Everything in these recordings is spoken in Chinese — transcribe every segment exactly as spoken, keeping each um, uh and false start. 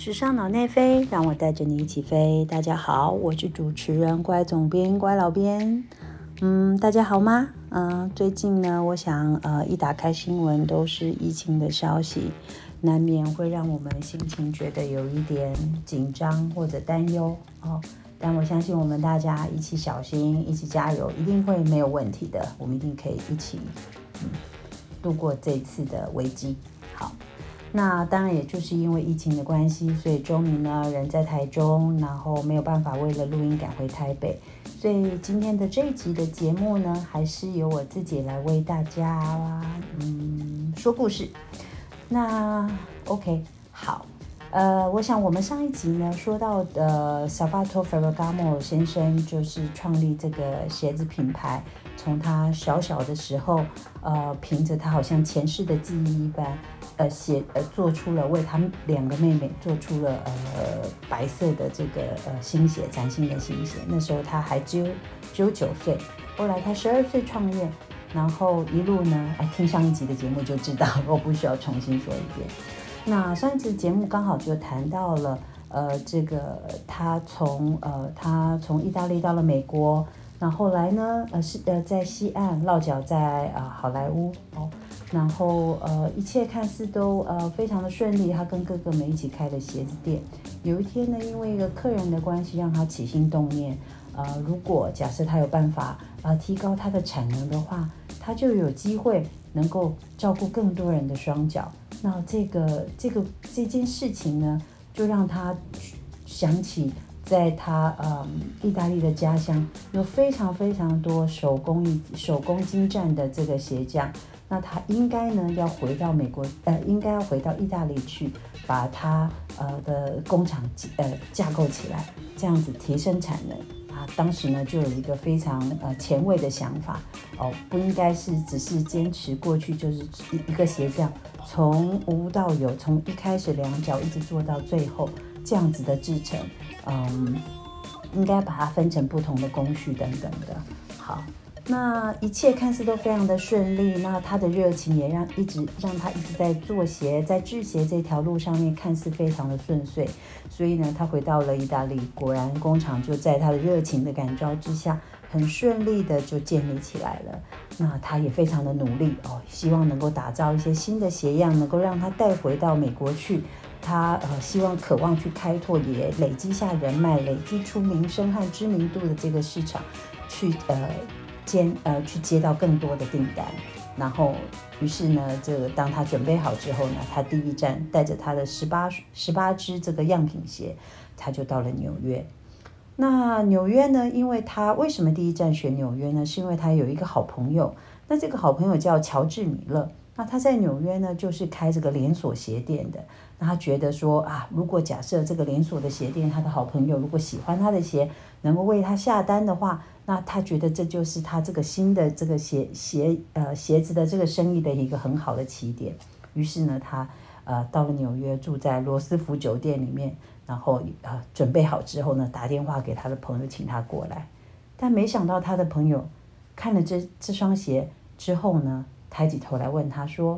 时尚脑内飞，让我带着你一起飞。大家好，我是主持人乖总编乖老编。嗯，大家好吗？嗯、呃，最近呢，我想呃，一打开新闻都是疫情的消息，难免会让我们心情觉得有一点紧张或者担忧哦。但我相信我们大家一起小心，一起加油，一定会没有问题的。我们一定可以一起嗯度过这次的危机。好。那当然，也就是因为疫情的关系，所以周明呢人在台中，然后没有办法为了录音赶回台北，所以今天的这一集的节目呢，还是由我自己来为大家嗯说故事。那 OK 好，呃，我想我们上一集呢说到的 Salvatore Ferragamo 先生就是创立这个鞋子品牌，从他小小的时候，呃，凭着他好像前世的记忆一般。呃，写呃做出了为他们两个妹妹做出了呃白色的这个呃新鞋，崭新的新鞋。那时候他还只有只有九岁，后来他十二岁创业，然后一路呢，哎，听上一集的节目就知道，我不需要重新说一遍。那上一集节目刚好就谈到了呃这个他从呃他从意大利到了美国，那后来呢呃是呃在西岸落脚在啊、呃、好莱坞哦。然后呃，一切看似都呃非常的顺利，他跟哥哥们一起开了鞋子店。有一天呢，因为一个客人的关系，让他起心动念，呃，如果假设他有办法呃提高他的产能的话，他就有机会能够照顾更多人的双脚。那这个这个这件事情呢，就让他想起在他呃意大利的家乡有非常非常多手工艺手工精湛的这个鞋匠。那他应该呢要回到美国，呃，应该要回到意大利去，把他呃的工厂呃架构起来，这样子提升产能。啊，当时呢就有一个非常呃前卫的想法哦，不应该是只是坚持过去就是一个鞋匠从无到有，从一开始量脚一直做到最后这样子的制成，嗯，应该把它分成不同的工序等等的。好。那一切看似都非常的顺利，那他的热情也让一直让他一直在做鞋，在制鞋这条路上面看似非常的顺遂，所以呢，他回到了意大利，果然工厂就在他的热情的感召之下，很顺利的就建立起来了。那他也非常的努力哦，希望能够打造一些新的鞋样，能够让他带回到美国去。他呃希望渴望去开拓，也累积下人脉，累积出名声和知名度的这个市场，去呃。接呃去接到更多的订单，然后于是呢，这个当他准备好之后呢，他第一站带着他的十八十八只这个样品鞋，他就到了纽约。那纽约呢，因为他为什么第一站选纽约呢？是因为他有一个好朋友，那这个好朋友叫乔治米勒。那他在纽约呢，就是开这个连锁鞋店的。那他觉得说啊，如果假设这个连锁的鞋店，他的好朋友如果喜欢他的鞋，能够为他下单的话，那他觉得这就是他这个新的这个鞋鞋呃鞋子的这个生意的一个很好的起点。于是呢，他呃到了纽约，住在罗斯福酒店里面，然后呃准备好之后呢，打电话给他的朋友，请他过来。但没想到他的朋友看了这这双鞋之后呢，抬起头来问他说：“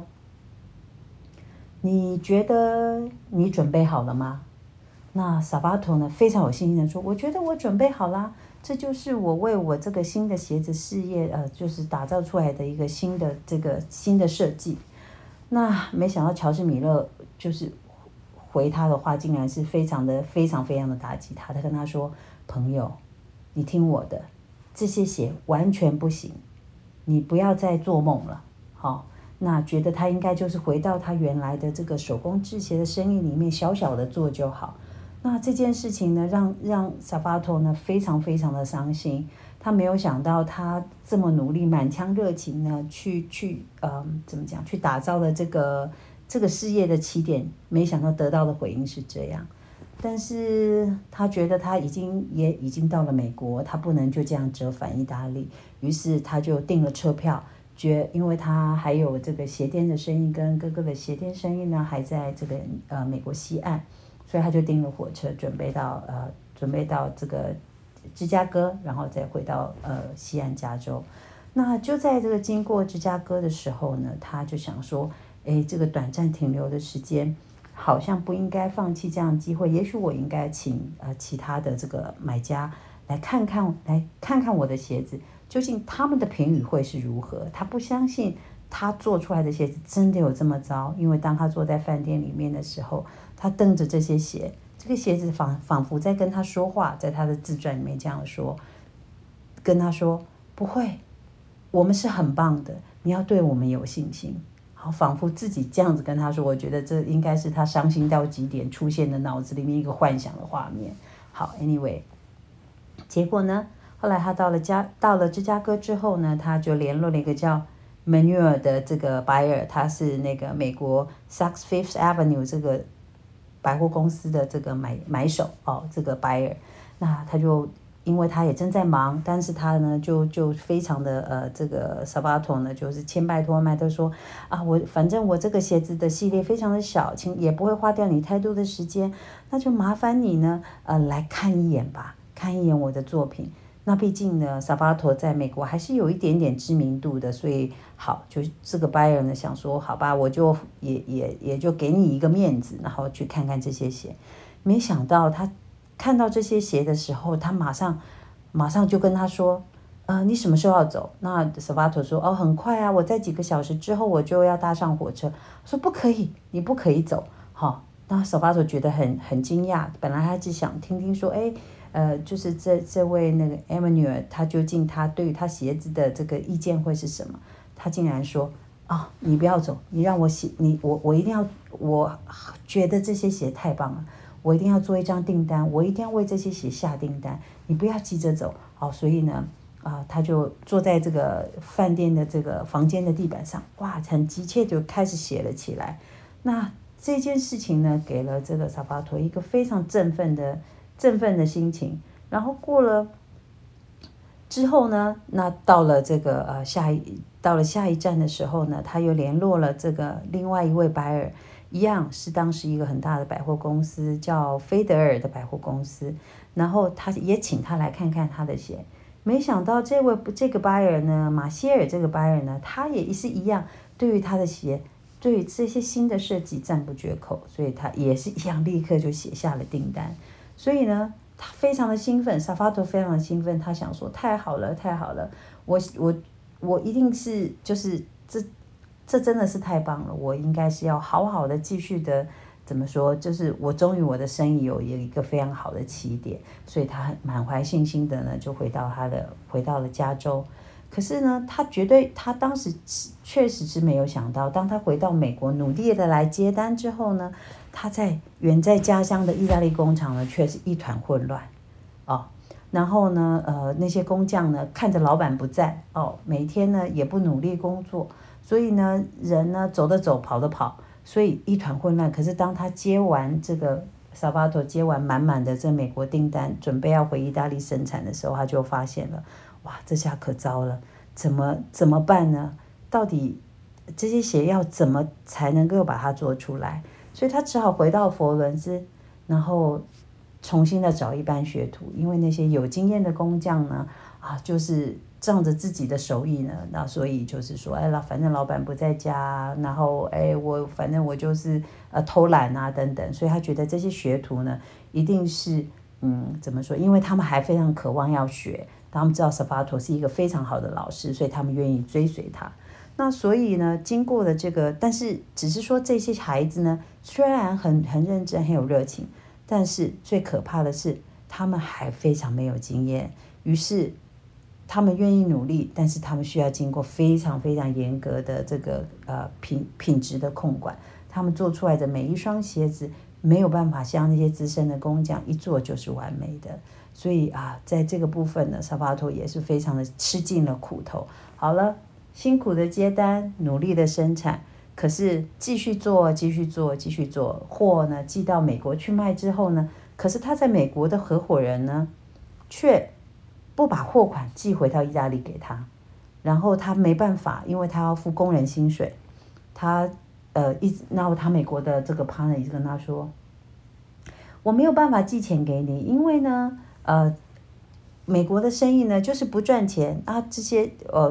你觉得你准备好了吗？”那萨巴托呢非常有信心的说：“我觉得我准备好啦，这就是我为我这个新的鞋子事业呃，就是打造出来的一个新的这个新的设计。”那没想到乔治米勒就是回他的话，竟然是非常的非常非常的打击他。他跟他说：“朋友，你听我的，这些鞋完全不行，你不要再做梦了。”好。那觉得他应该就是回到他原来的这个手工制鞋的生意里面，小小的做就好。那这件事情呢，让让萨巴托呢非常非常的伤心。他没有想到，他这么努力、满腔热情呢，去去呃怎么讲，去打造了这个这个事业的起点，没想到得到的回应是这样。但是他觉得他已经也已经到了美国，他不能就这样折返意大利，于是他就订了车票。觉，因为他还有这个鞋店的生意跟哥哥的鞋店生意呢，还在这个呃美国西岸，所以他就订了火车，准备到呃准备到这个芝加哥，然后再回到呃西岸加州。那就在这个经过芝加哥的时候呢，他就想说，哎，这个短暂停留的时间， 好像不应该放弃这样的机会，也许我应该请呃其他的这个买家来看看，来看看我的鞋子究竟他们的评语会是如何。他不相信他做出来的鞋子真的有这么糟，因为当他坐在饭店里面的时候，他瞪着这些鞋，这个鞋子仿仿佛在跟他说话，在他的自传里面这样说，跟他说不会，我们是很棒的，你要对我们有信心。好，仿佛自己这样子跟他说，我觉得这应该是他伤心到极点出现的脑子里面一个幻想的画面。好 ，anyway， 结果呢，后来他到了加到了芝加哥之后呢，他就联络了一个叫 Manuel 的这个 buyer， 他是那个美国 Saks Fifth Avenue 这个百货公司的这个买买手哦，这个 buyer， 那他就。因为他也正在忙，但是他呢就就非常的呃，这个 Salvatore 呢就是千拜托麦，他说啊，我反正我这个鞋子的系列非常的小，请也不会花掉你太多的时间，那就麻烦你呢呃来看一眼吧，看一眼我的作品。那毕竟呢 Salvatore 在美国还是有一点点知名度的，所以好，就这个 buyer 呢想说，好吧，我就也也也就给你一个面子，然后去看看这些鞋。没想到他。看到这些鞋的时候，他马上马上就跟他说，呃，你什么时候要走？那 Salvatore 说，哦，很快啊，我在几个小时之后我就要搭上火车。说不可以，你不可以走。好，那 Salvatore 觉得很很惊讶，本来他只想听听说，哎，呃，就是这这位那个 Emmanuel， 他究竟他对于他鞋子的这个意见会是什么？他竟然说，啊、哦，你不要走，你让我鞋，你我我一定要，我觉得这些鞋太棒了。我一定要做一张订单，我一定要为这些鞋下订单，你不要急着走。好，所以呢，啊、呃，他就坐在这个饭店的这个房间的地板上，哇，很急切就开始写了起来。那这件事情呢，给了这个Salvatore一个非常振奋的振奋的心情。然后过了之后呢，那到了这个呃下一到了下一站的时候呢，他又联络了这个另外一位buyer。一样是当时一个很大的百货公司，叫菲德尔的百货公司，然后他也请他来看看他的鞋。没想到这位这个 buyer 呢，马歇尔这个 buyer 呢，他也是一样，对于他的鞋，对于这些新的设计赞不绝口，所以他也是一样，立刻就写下了订单。所以呢，他非常的兴奋 ，Salvatore 非常的兴奋，他想说太好了，太好了，我我我一定是就是这。这真的是太棒了，我应该是要好好的继续的，怎么说？就是我终于我的生意有一个非常好的起点，所以他满怀信心的呢，就回到他的回到了加州。可是呢，他绝对他当时确实是没有想到，当他回到美国努力的来接单之后呢，他在远在家乡的意大利工厂呢，却是一团混乱哦。然后呢，呃，那些工匠呢，看着老板不在哦，每天呢也不努力工作。所以呢，人呢走的走，跑的跑，所以一团混乱。可是当他接完这个 Salvatore 接完满满的这美国订单，准备要回意大利生产的时候，他就发现了，哇，这下可糟了，怎么怎么办呢？到底这些鞋要怎么才能够把它做出来？所以他只好回到佛罗伦斯，然后重新的找一班学徒，因为那些有经验的工匠呢，啊，就是仗着自己的手艺呢，那所以就是说，哎，反正老板不在家，然后哎，我反正我就是呃偷懒啊等等，所以他觉得这些学徒呢，一定是嗯怎么说？因为他们还非常渴望要学，他们知道 Salvatore 是一个非常好的老师，所以他们愿意追随他。那所以呢，经过了这个，但是只是说这些孩子呢，虽然很很认真，很有热情。但是最可怕的是，他们还非常没有经验，于是他们愿意努力，但是他们需要经过非常非常严格的这个呃品品质的控管，他们做出来的每一双鞋子没有办法像那些资深的工匠一做就是完美的，所以啊，在这个部分呢，Salvatore也是非常的吃尽了苦头。好了，辛苦的接单，努力的生产。可是继续做，继续做，继续做，货呢寄到美国去卖之后呢，可是他在美国的合伙人呢，却不把货款寄回到意大利给他，然后他没办法，因为他要付工人薪水，他呃一直，然后他美国的这个 partner 一直跟他说，我没有办法寄钱给你，因为呢，呃，美国的生意呢就是不赚钱啊，这些呃。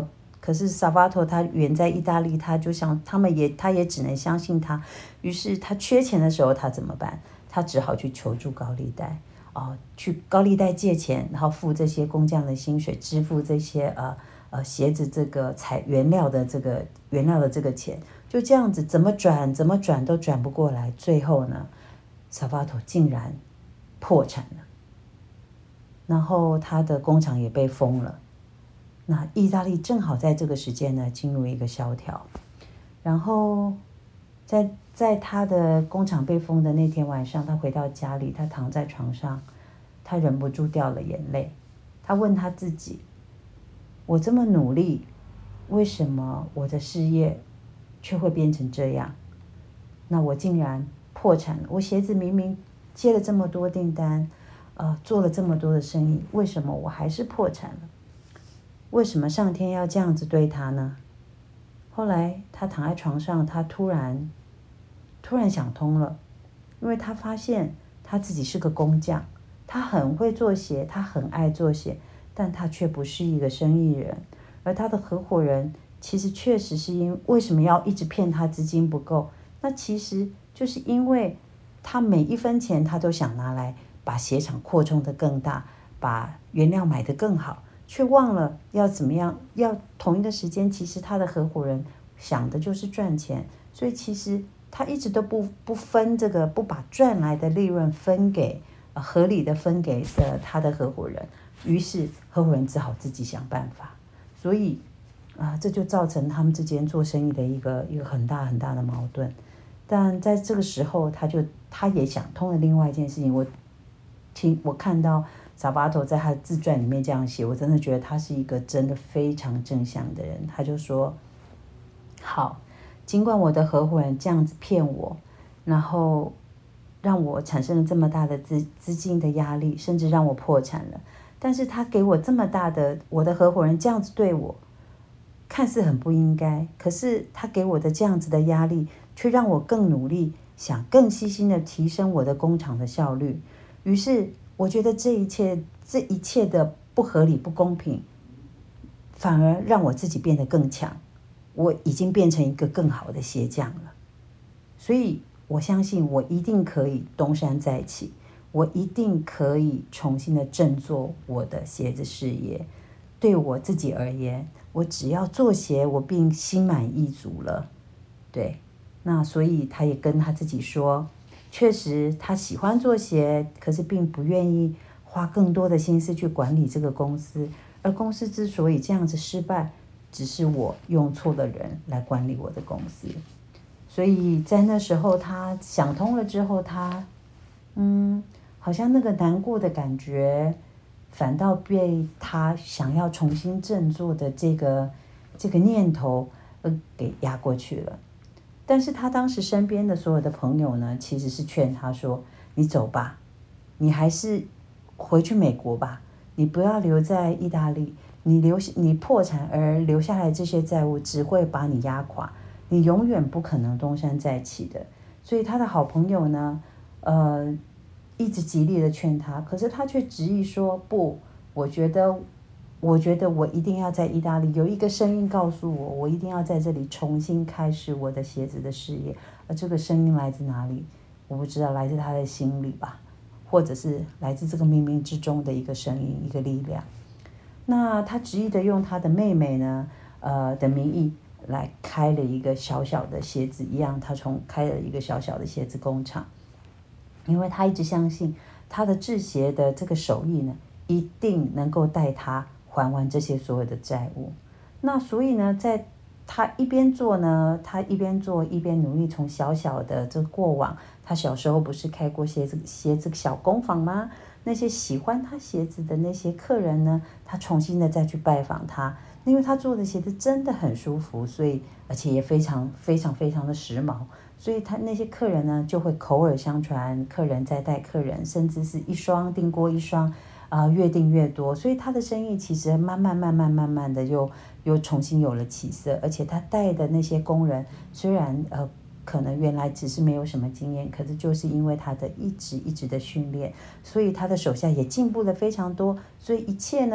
可是萨巴托他远在意大利，他就想他们也他也只能相信他。于是他缺钱的时候他怎么办？他只好去求助高利贷，哦，去高利贷借钱，然后付这些工匠的薪水，支付这些呃呃鞋子这个材原料的这个原料的这个钱，就这样子怎么转怎么转都转不过来。最后呢，萨巴托竟然破产了，然后他的工厂也被封了。那意大利正好在这个时间呢进入一个萧条，然后在在他的工厂被封的那天晚上，他回到家里，他躺在床上，他忍不住掉了眼泪。他问他自己，我这么努力，为什么我的事业却会变成这样？那我竟然破产了。我鞋子明明接了这么多订单，呃，做了这么多的生意，为什么我还是破产了？为什么上天要这样子对他呢？后来他躺在床上，他突然突然想通了，因为他发现他自己是个工匠，他很会做鞋，他很爱做鞋，但他却不是一个生意人。而他的合伙人其实确实是因为什么要一直骗他资金不够，那其实就是因为他每一分钱他都想拿来把鞋厂扩充得更大，把原料买得更好，却忘了要怎么样，要同一个时间，其实他的合伙人想的就是赚钱，所以其实他一直都不不分这个，不把赚来的利润分给、呃、合理的分给的他的合伙人，于是合伙人只好自己想办法，所以啊、呃，这就造成他们之间做生意的一个一个很大很大的矛盾。但在这个时候，他就他也想通了另外一件事情。我听我看到萨巴托在他的自传里面这样写，我真的觉得他是一个真的非常正向的人。他就说，好，尽管我的合伙人这样子骗我，然后让我产生了这么大的资资金的压力，甚至让我破产了，但是他给我这么大的，我的合伙人这样子对我，看似很不应该，可是他给我的这样子的压力，却让我更努力，想更细心的提升我的工厂的效率。于是我觉得这一切这一切的不合理不公平，反而让我自己变得更强，我已经变成一个更好的鞋匠了。所以我相信我一定可以东山再起，我一定可以重新的振作我的鞋子事业。对我自己而言，我只要做鞋，我便心满意足了。对，那所以他也跟他自己说，确实他喜欢做鞋，可是并不愿意花更多的心思去管理这个公司，而公司之所以这样子失败，只是我用错了人来管理我的公司。所以在那时候他想通了之后，他嗯，好像那个难过的感觉反倒被他想要重新振作的这个这个念头呃给压过去了。但是他当时身边的所有的朋友呢，其实是劝他说，你走吧，你还是回去美国吧，你不要留在意大利，你留你破产而留下来这些债务只会把你压垮，你永远不可能东山再起的。所以他的好朋友呢呃一直极力的劝他，可是他却执意说，不，我觉得我觉得我一定要在意大利，有一个声音告诉我，我一定要在这里重新开始我的鞋子的事业。而这个声音来自哪里？我不知道，来自他的心里吧，或者是来自这个冥冥之中的一个声音，一个力量。那他执意的用他的妹妹呢，呃的名义来开了一个小小的鞋子一样，他从开了一个小小的鞋子工厂，因为他一直相信他的制鞋的这个手艺呢，一定能够带他还完这些所有的债务。那所以呢，在他一边做呢，他一边做一边努力，从小小的这个过往，他小时候不是开过鞋子鞋子小工坊吗？那些喜欢他鞋子的那些客人呢，他重新的再去拜访他，因为他做的鞋子真的很舒服，所以而且也非常非常非常的时髦，所以他那些客人呢就会口耳相传，客人再带客人，甚至是一双订过一双。啊、呃，越订越多，所以他的生意其实慢慢慢慢慢慢的又又重新有了起色，而且他带的那些工人虽然呃可能原来只是没有什么经验，可是就是因为他的一直一直的训练，所以他的手下也进步了非常多，所以一切呢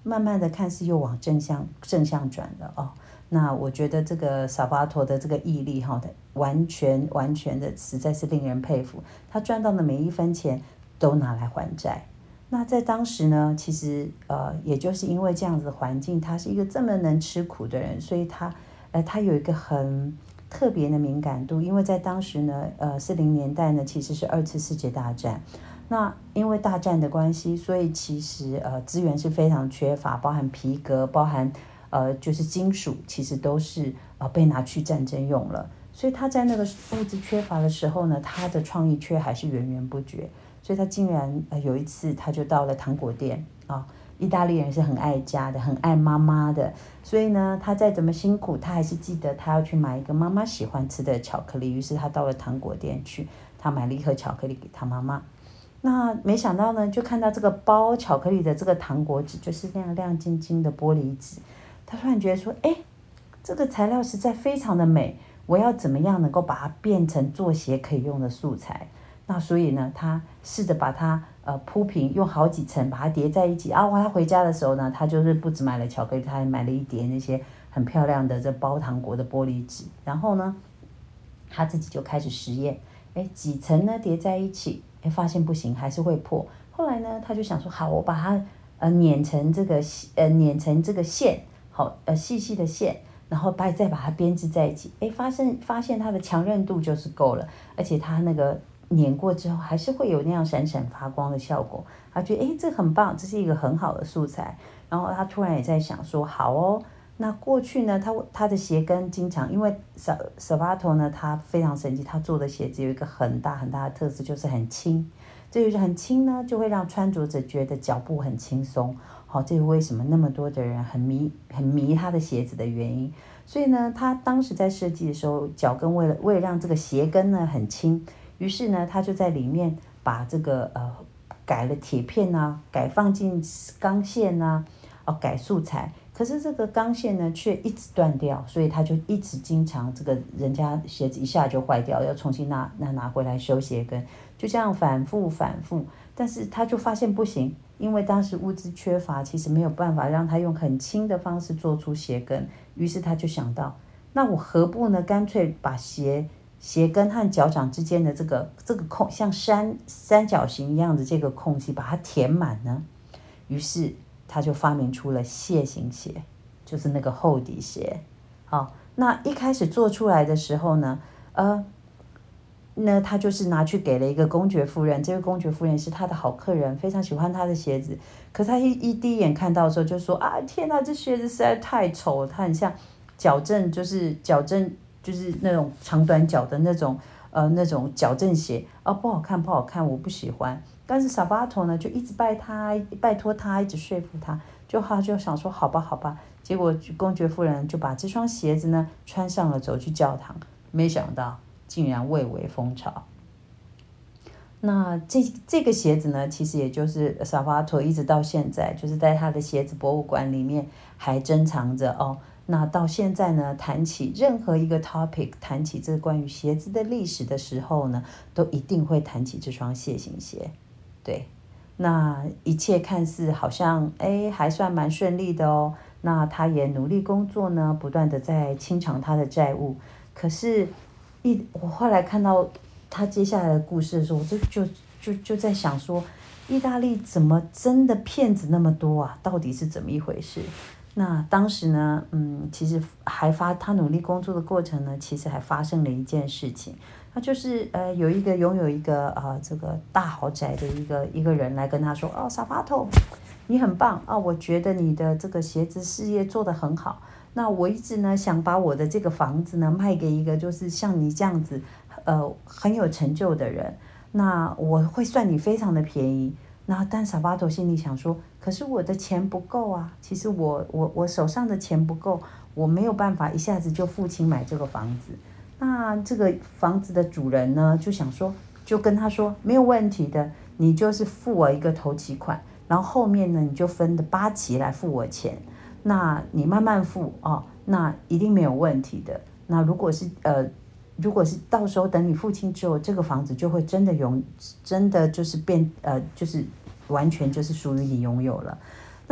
慢慢的看似又往正向正向转了哦。那我觉得这个萨巴托的这个毅力哈，完全完全的实在是令人佩服。他赚到的每一分钱都拿来还债。那在当时呢，其实呃，也就是因为这样子的环境，他是一个这么能吃苦的人，所以他呃，他有一个很特别的敏感度。因为在当时呢，呃，四零年代呢，其实是二次世界大战。那因为大战的关系，所以其实呃资源是非常缺乏，包含皮革，包含呃就是金属，其实都是呃被拿去战争用了。所以他在那个物质缺乏的时候呢，他的创意却还是源源不绝。所以他竟然呃有一次他就到了糖果店啊，意大利人是很爱家的，很爱妈妈的，所以呢他再怎么辛苦，他还是记得他要去买一个妈妈喜欢吃的巧克力。于是他到了糖果店去，他买了一盒巧克力给他妈妈。那没想到呢，就看到这个包巧克力的这个糖果纸，就是那样亮晶晶的玻璃纸。他突然觉得说，哎，这个材料实在非常的美，我要怎么样能够把它变成做鞋可以用的素材？那所以呢，他试着把它呃铺平，用好几层把它叠在一起。啊，他回家的时候呢，他就是不止买了巧克力，他还买了一叠那些很漂亮的这包糖果的玻璃纸。然后呢，他自己就开始实验，哎，几层呢叠在一起，哎，发现不行，还是会破。后来呢，他就想说，好，我把它呃碾成这个呃碾成这个线，好呃细细的线。然后把再把它编织在一起，哎，发现发现它的强韧度就是够了，而且它那个碾过之后还是会有那样闪闪发光的效果。他觉得哎，这很棒，这是一个很好的素材。然后他突然也在想说，好哦，那过去呢，他他的鞋跟经常因为萨萨巴托呢，他非常神奇，他做的鞋子有一个很大很大的特色，就是很轻。这就是很轻呢，就会让穿着者觉得脚步很轻松。好，这是为什么那么多的人很迷很迷他的鞋子的原因。所以呢，他当时在设计的时候，脚跟为了为了让这个鞋跟呢很轻，于是呢，他就在里面把这个呃改了铁片啊，改放进钢线啊，哦改素材。可是这个钢线呢却一直断掉，所以他就一直经常这个人家鞋子一下就坏掉，要重新拿拿拿回来修鞋跟，就这样反复反复。但是他就发现不行，因为当时物资缺乏，其实没有办法让他用很轻的方式做出鞋跟。于是他就想到，那我何不呢？干脆把鞋鞋跟和脚掌之间的这个这个空，像三三角形一样的这个空隙，把它填满呢？于是他就发明出了楔形鞋，就是那个厚底鞋。好，那一开始做出来的时候呢，呃。那他就是拿去给了一个公爵夫人，这位公爵夫人是他的好客人，非常喜欢他的鞋子。可是他一一第一眼看到的时候就说啊，天哪，这鞋子实在太丑了，它很像矫正，就是矫正，就是那种长短脚的那种呃那种矫正鞋啊，不好看不好看，我不喜欢。但是萨巴托呢就一直拜他拜托他，一直说服他，就他就想说好吧好吧。结果公爵夫人就把这双鞋子呢穿上了，走去教堂，没想到竟然蔚为风潮。那这这个鞋子呢，其实也就是萨巴托一直到现在，就是在他的鞋子博物馆里面还珍藏着哦。那到现在呢，谈起任何一个 topic， 谈起这个关于鞋子的历史的时候呢，都一定会谈起这双楔形鞋。对，那一切看似好像哎还算蛮顺利的哦。那他也努力工作呢，不断的在清偿他的债务。可是一我后来看到他接下来的故事的时候，我就就就就在想说，意大利怎么真的骗子那么多啊？到底是怎么一回事？那当时呢，嗯，其实还发他努力工作的过程呢，其实还发生了一件事情，那就是呃，有一个拥有一个呃这个大豪宅的一个一个人来跟他说，哦，萨巴托，你很棒啊，我觉得你的这个鞋子事业做得很好。那我一直呢想把我的这个房子呢卖给一个就是像你这样子呃很有成就的人，那我会算你非常的便宜。那但萨巴托心里想说，可是我的钱不够啊，其实我我我手上的钱不够，我没有办法一下子就付清买这个房子。那这个房子的主人呢就想说，就跟他说没有问题的，你就是付我一个头期款，然后后面呢你就分的八期来付我钱。那你慢慢付哦，那一定没有问题的。那如果是呃，如果是到时候等你付清之后，这个房子就会真的永，真的就是变呃，就是完全就是属于你拥有了。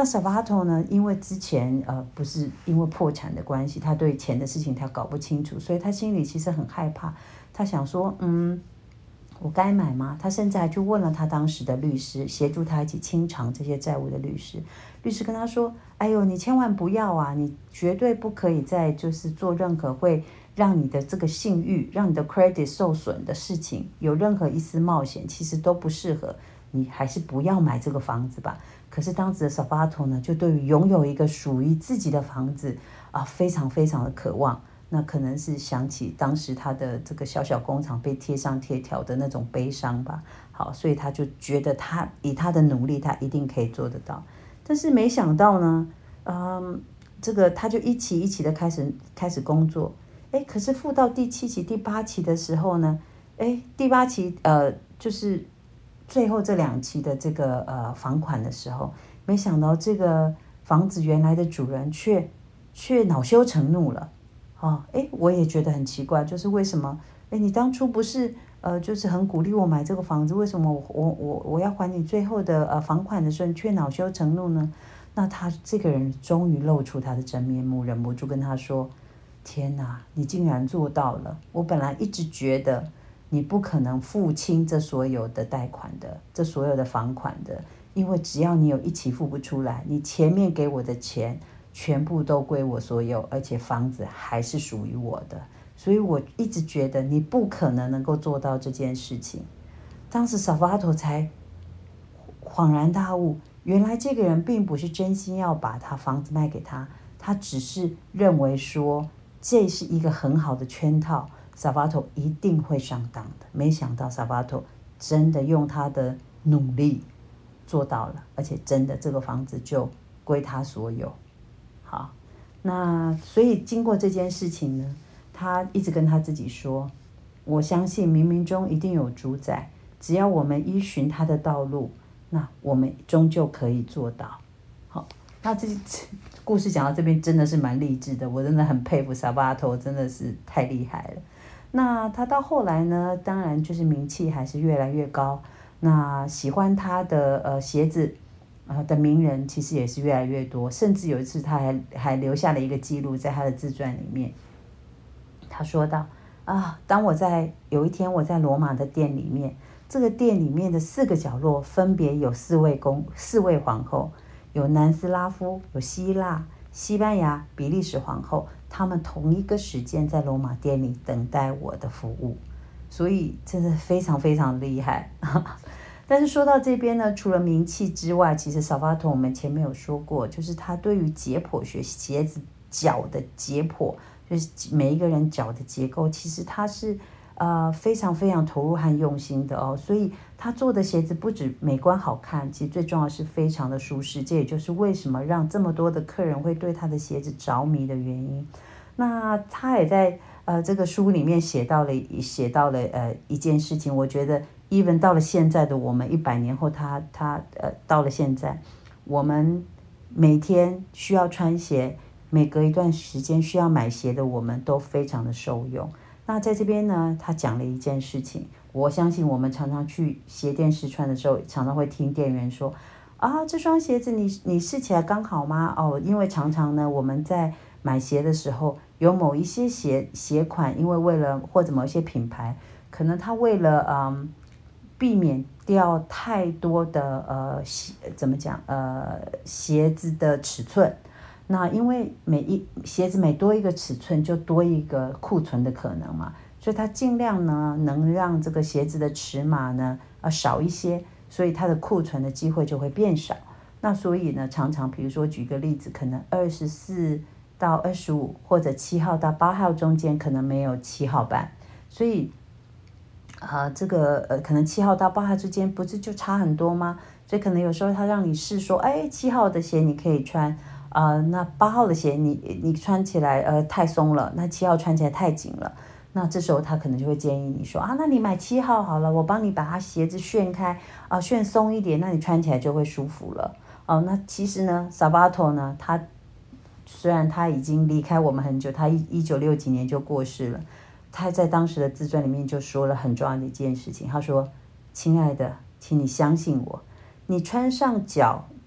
那 Salvatore 呢，因为之前呃不是因为破产的关系，他对钱的事情他搞不清楚，所以他心里其实很害怕。他想说，嗯，我该买吗？他甚至还去问了他当时的律师，协助他一起清偿这些债务的律师。律师跟他说：“哎呦，你千万不要啊！你绝对不可以再就是做任何会让你的这个信誉、让你的 credit 受损的事情，有任何一丝冒险，其实都不适合。你还是不要买这个房子吧。”可是当时的 Salvatore 呢，就对于拥有一个属于自己的房子啊，非常非常的渴望。那可能是想起当时他的这个小小工厂被贴上贴条的那种悲伤吧。好，所以他就觉得他以他的努力，他一定可以做得到。但是没想到呢，嗯，这个他就一期一期的开始开始工作。哎，可是付到第七期、第八期的时候呢，哎，第八期呃就是最后这两期的这个呃房款的时候，没想到这个房子原来的主人却却恼羞成怒了。哦，哎，我也觉得很奇怪，就是为什么？哎，你当初不是呃，就是很鼓励我买这个房子，为什么我我我我要还你最后的呃房款的时候，你却恼羞成怒呢？那他这个人终于露出他的真面目，忍不住跟他说：“天哪，你竟然做到了！我本来一直觉得你不可能付清这所有的贷款的，这所有的房款的，因为只要你有一期付不出来，你前面给我的钱。”全部都归我所有，而且房子还是属于我的，所以我一直觉得你不可能能够做到这件事情。当时 Salvatore 才恍然大悟，原来这个人并不是真心要把他房子卖给他，他只是认为说这是一个很好的圈套， Salvatore 一定会上当的。没想到 Salvatore 真的用他的努力做到了，而且真的这个房子就归他所有。好，那所以经过这件事情呢，他一直跟他自己说，我相信冥冥中一定有主宰，只要我们依循他的道路，那我们终究可以做到。好，那这故事讲到这边真的是蛮励志的，我真的很佩服 Salvatore， 真的是太厉害了。那他到后来呢，当然就是名气还是越来越高，那喜欢他的呃鞋子呃的名人其实也是越来越多，甚至有一次他还还留下了一个记录在他的自传里面。他说到啊，当我在有一天我在罗马的店里面，这个店里面的四个角落分别有四位公四位皇后，有南斯拉夫，有希腊、西班牙、比利时皇后，他们同一个时间在罗马店里等待我的服务，所以真的非常非常厉害。但是说到这边呢，除了名气之外，其实 Salvatore 我们前面有说过，就是他对于解剖学鞋子脚的解剖，就是每一个人脚的结构，其实他是呃非常非常投入和用心的哦。所以他做的鞋子不止美观好看，其实最重要是非常的舒适，这也就是为什么让这么多的客人会对他的鞋子着迷的原因。那他也在呃这个书里面写到了写到了呃一件事情，我觉得 even 到了现在的我们一百年后，他他呃到了现在，我们每天需要穿鞋，每隔一段时间需要买鞋的，我们都非常的受用。那在这边呢，他讲了一件事情，我相信我们常常去鞋店试穿的时候，常常会听店员说啊，这双鞋子你你试起来刚好吗？哦，因为常常呢我们在买鞋的时候，有某一些鞋鞋款，因为为了或者某一些品牌，可能他为了嗯避免掉太多的呃怎么讲呃鞋子的尺寸，那因为每一鞋子每多一个尺寸就多一个库存的可能嘛，所以他尽量呢能让这个鞋子的尺码呢呃少一些，所以它的库存的机会就会变少。那所以呢，常常比如说举个例子，可能二十四到二十五或者七号到八号中间可能没有七号半，所以呃这个呃可能七号到八号之间不是就差很多吗？所以可能有时候他让你试说，哎，七号的鞋你可以穿，呃那八号的鞋你你穿起来呃太松了，那七号穿起来太紧了。那这时候他可能就会建议你说啊，那你买七号好了，我帮你把它鞋子旋开啊，旋松一点，那你穿起来就会舒服了。哦，那其实呢 Salvatore 呢，他虽然他已经离开我们很久，他一九六几年就过世了，他在当时的自传里面就说了很重要的一件事情，他说：“亲爱的，请你相信我，你穿上脚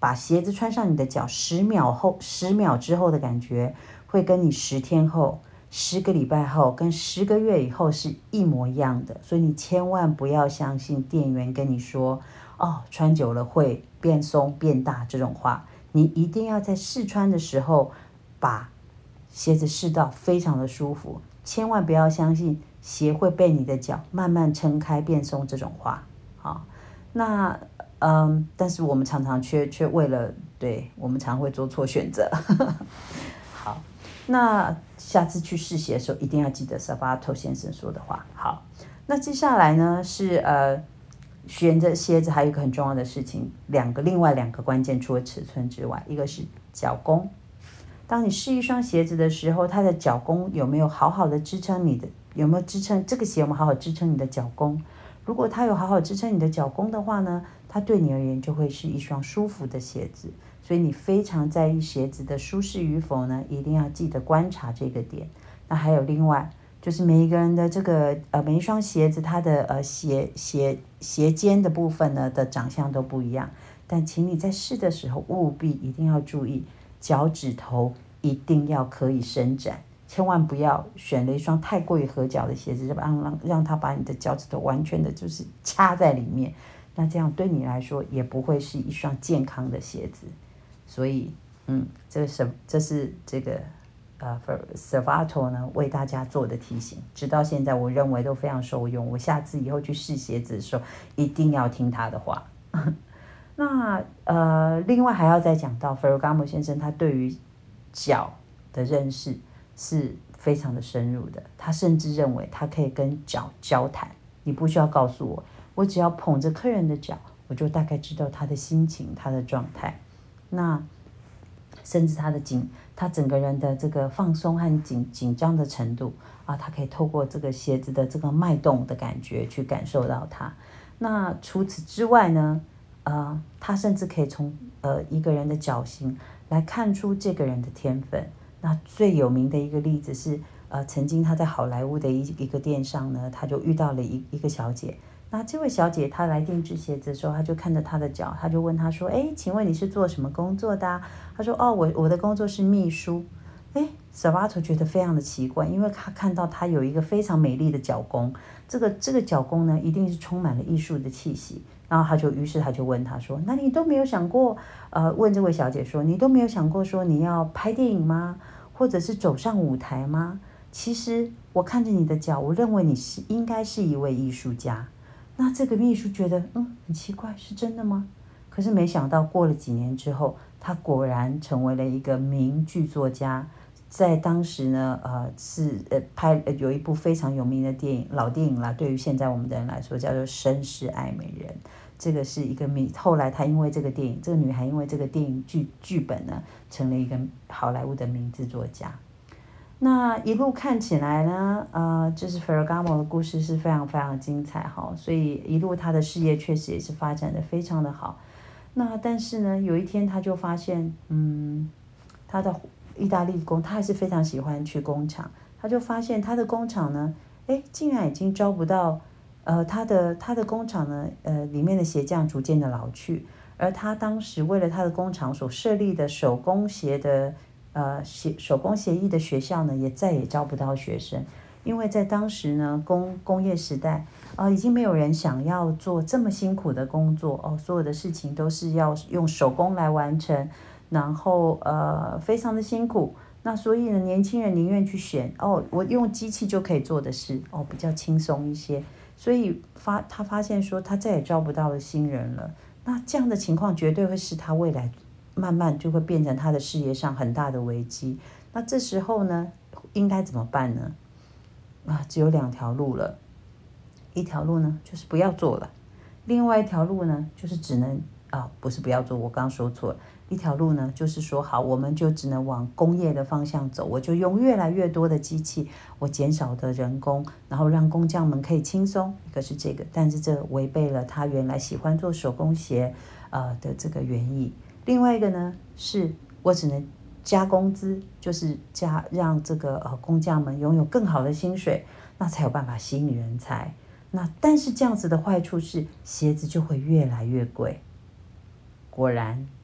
把鞋子穿上你的脚，十秒后、十秒之后的感觉，会跟你十天后、十个礼拜后、跟十个月以后是一模一样的。所以你千万不要相信店员跟你说，哦，穿久了会变松、变大这种话。你一定要在试穿的时候，把鞋子试到非常的舒服，千万不要相信鞋会被你的脚慢慢撑开变松这种话。好，那嗯，但是我们常常却却为了，对，我们常会做错选择。好，那下次去试鞋的时候，一定要记得 Sabato 先生说的话。好，那接下来呢是呃，选择鞋子还有一个很重要的事情，两个另外两个关键，除了尺寸之外，一个是脚弓。当你试一双鞋子的时候，它的脚弓有没有好好的支撑你的？有没有支撑这个鞋有没有好好支撑你的脚弓？如果它有好好支撑你的脚弓的话呢，它对你而言就会是一双舒服的鞋子。所以你非常在意鞋子的舒适与否呢，一定要记得观察这个点。那还有另外就是每一个人的这个呃每一双鞋子它的呃鞋鞋鞋尖的部分呢的长相都不一样，但请你在试的时候务必一定要注意，脚趾头一定要可以伸展。千万不要选了一双太过于合脚的鞋子，让让让它把你的脚趾头完全的就是掐在里面，那这样对你来说也不会是一双健康的鞋子。所以，嗯，这是这是这个呃 Sabato 呢为大家做的提醒，直到现在我认为都非常受用。我下次以后去试鞋子的时候，一定要听他的话。那呃，另外还要再讲到 Ferragamo 先生他对于脚的认识是非常的深入的，他甚至认为他可以跟脚交谈，你不需要告诉我，我只要捧着客人的脚，我就大概知道他的心情、他的状态，那甚至他的紧，他整个人的这个放松和紧紧张的程度啊，他可以透过这个鞋子的这个脉动的感觉去感受到它。那除此之外呢，呃，他甚至可以从呃一个人的脚型来看出这个人的天分。那最有名的一个例子是，呃，曾经他在好莱坞的一一个店上呢，他就遇到了一一个小姐。那这位小姐她来定制鞋子的时候，他就看着她的脚，他就问她说：“哎，请问你是做什么工作的啊？”她说：“哦，我我的工作是秘书。”哎 ，Sabato 觉得非常的奇怪，因为他看到她有一个非常美丽的脚弓，这个这个脚弓呢，一定是充满了艺术的气息。然后他就，于是他就问她说：“那你都没有想过，呃，问这位小姐说，你都没有想过说你要拍电影吗？或者是走上舞台吗？其实我看着你的脚，我认为你是应该是一位艺术家。”那这个秘书觉得，嗯，很奇怪，是真的吗？可是没想到过了几年之后，他果然成为了一个名剧作家。在当时呢，呃，是呃拍呃有一部非常有名的电影，老电影啦，对于现在我们的人来说叫做《绅士爱美人》。这个是一个名，后来他因为这个电影，这个女孩因为这个电影剧剧本呢，成了一个好莱坞的名制作家。那一路看起来呢，呃，就是 Ferragamo 的故事是非常非常精彩哈，所以一路他的事业确实也是发展的非常的好。那但是呢，有一天他就发现，嗯，他的意大利工，他还是非常喜欢去工厂，他就发现他的工厂呢，哎，竟然已经招不到，呃，他的他的工厂呢，呃，里面的鞋匠逐渐的老去，而他当时为了他的工厂所设立的手工鞋的。呃，协手工协议的学校呢，也再也招不到学生，因为在当时呢，工工业时代，呃，已经没有人想要做这么辛苦的工作哦，所有的事情都是要用手工来完成，然后呃，非常的辛苦。那所以呢，年轻人宁愿去选哦，我用机器就可以做的事哦，比较轻松一些。所以发他发现说，他再也招不到新人了。那这样的情况绝对会是他未来。慢慢就会变成他的事业上很大的危机。那这时候呢，应该怎么办呢？啊，只有两条路了。一条路呢，就是不要做了；另外一条路呢，就是只能啊，不是不要做，我刚刚说错了。一条路呢，就是说好，我们就只能往工业的方向走，我就用越来越多的机器，我减少的人工，然后让工匠们可以轻松。一个是这个，但是这违背了他原来喜欢做手工鞋呃的这个原意。另外一个呢，是我只能加工资，就是加让这个呃工匠们拥有更好的薪水，那才有办法吸引人才。那但是这样子的坏处是，鞋子就会越来越贵。果然，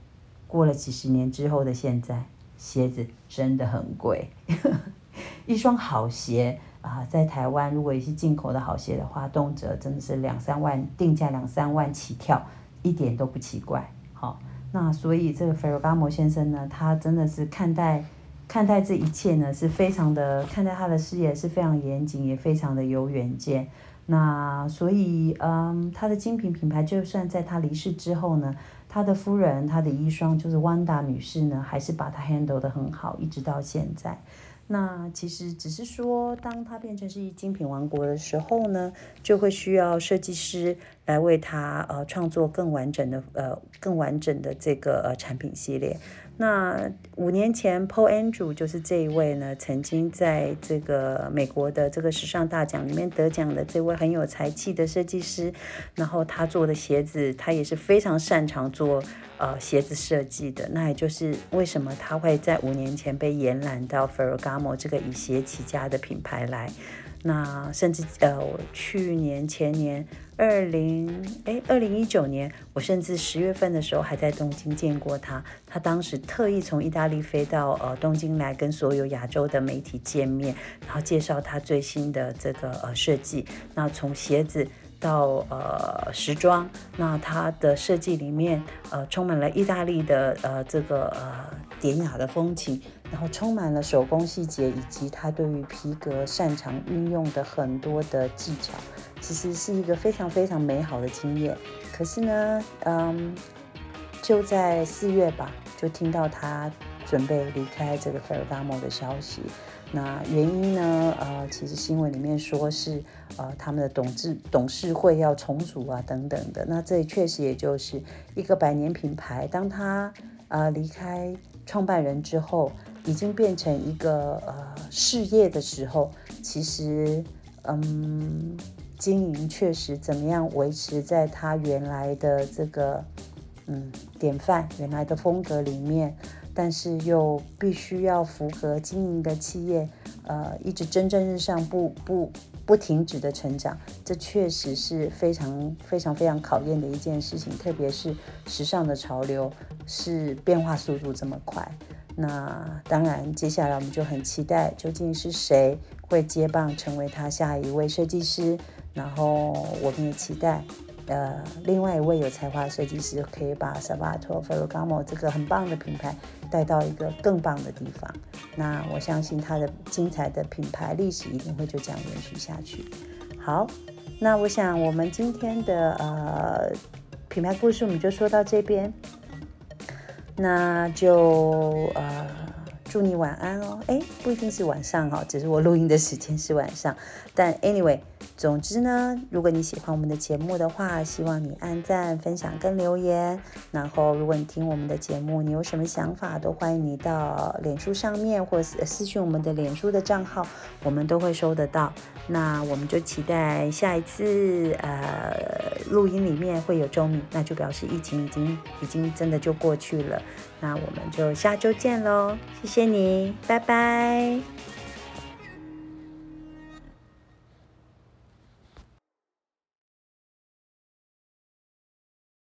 过了几十年之后的现在，鞋子真的很贵。一双好鞋啊、呃，在台湾如果也是进口的好鞋的话，动辄真的是两三万，定价两三万起跳，一点都不奇怪。好、哦，那所以这个 Ferragamo 先生呢，他真的是看待看待这一切呢，是非常的看待他的事业是非常严谨，也非常的有远见。那所以，嗯，他的精品品牌，就算在他离世之后呢，他的夫人，他的遗孀就是汪达女士呢，还是把他 handle 得很好，一直到现在。那其实只是说，当他变成是一精品王国的时候呢，就会需要设计师来为他呃创作更完整的呃更完整的这个呃产品系列。那五年前 Paul Andrew 就是这一位呢，曾经在这个美国的这个时尚大奖里面得奖的这位很有才气的设计师，然后他做的鞋子，他也是非常擅长做呃鞋子设计的。那也就是为什么他会在五年前被延揽到 Ferragamo 这个以鞋起家的品牌来。那甚至呃，我去年前年二零哎二零一九年，我甚至十月份的时候还在东京见过他。他当时特意从意大利飞到呃东京来跟所有亚洲的媒体见面，然后介绍他最新的这个呃设计。那从鞋子到呃时装，那它的设计里面呃充满了意大利的呃这个呃典雅的风情，然后充满了手工细节，以及他对于皮革擅长运用的很多的技巧，其实是一个非常非常美好的经验。可是呢，嗯，就在四月吧，就听到他准备离开这个 Ferragamo 的消息。那原因呢？呃，其实新闻里面说是呃他们的董事董事会要重组啊等等的。那这确实也就是一个百年品牌，当他呃离开创办人之后，已经变成一个呃事业的时候，其实嗯经营确实怎么样维持在他原来的这个嗯典范原来的风格里面。但是又必须要符合经营的企业，呃，一直蒸蒸日上，不不不停止的成长，这确实是非常非常非常考验的一件事情。特别是时尚的潮流是变化速度这么快，那当然接下来我们就很期待，究竟是谁会接棒成为他下一位设计师，然后我们也期待。呃，另外一位有才华的设计师可以把 Salvatore Ferragamo 这个很棒的品牌带到一个更棒的地方。那我相信他的精彩的品牌历史一定会就这样延续下去。好，那我想我们今天的呃品牌故事我们就说到这边，那就呃祝你晚安哦。诶，不一定是晚上哦，只是我录音的时间是晚上，但 anyway。总之呢，如果你喜欢我们的节目的话，希望你按赞、分享跟留言。然后，如果你听我们的节目，你有什么想法，都欢迎你到脸书上面或是私讯我们的脸书的账号，我们都会收得到。那我们就期待下一次呃录音里面会有周敏，那就表示疫情已经已经真的就过去了。那我们就下周见喽，谢谢你，拜拜。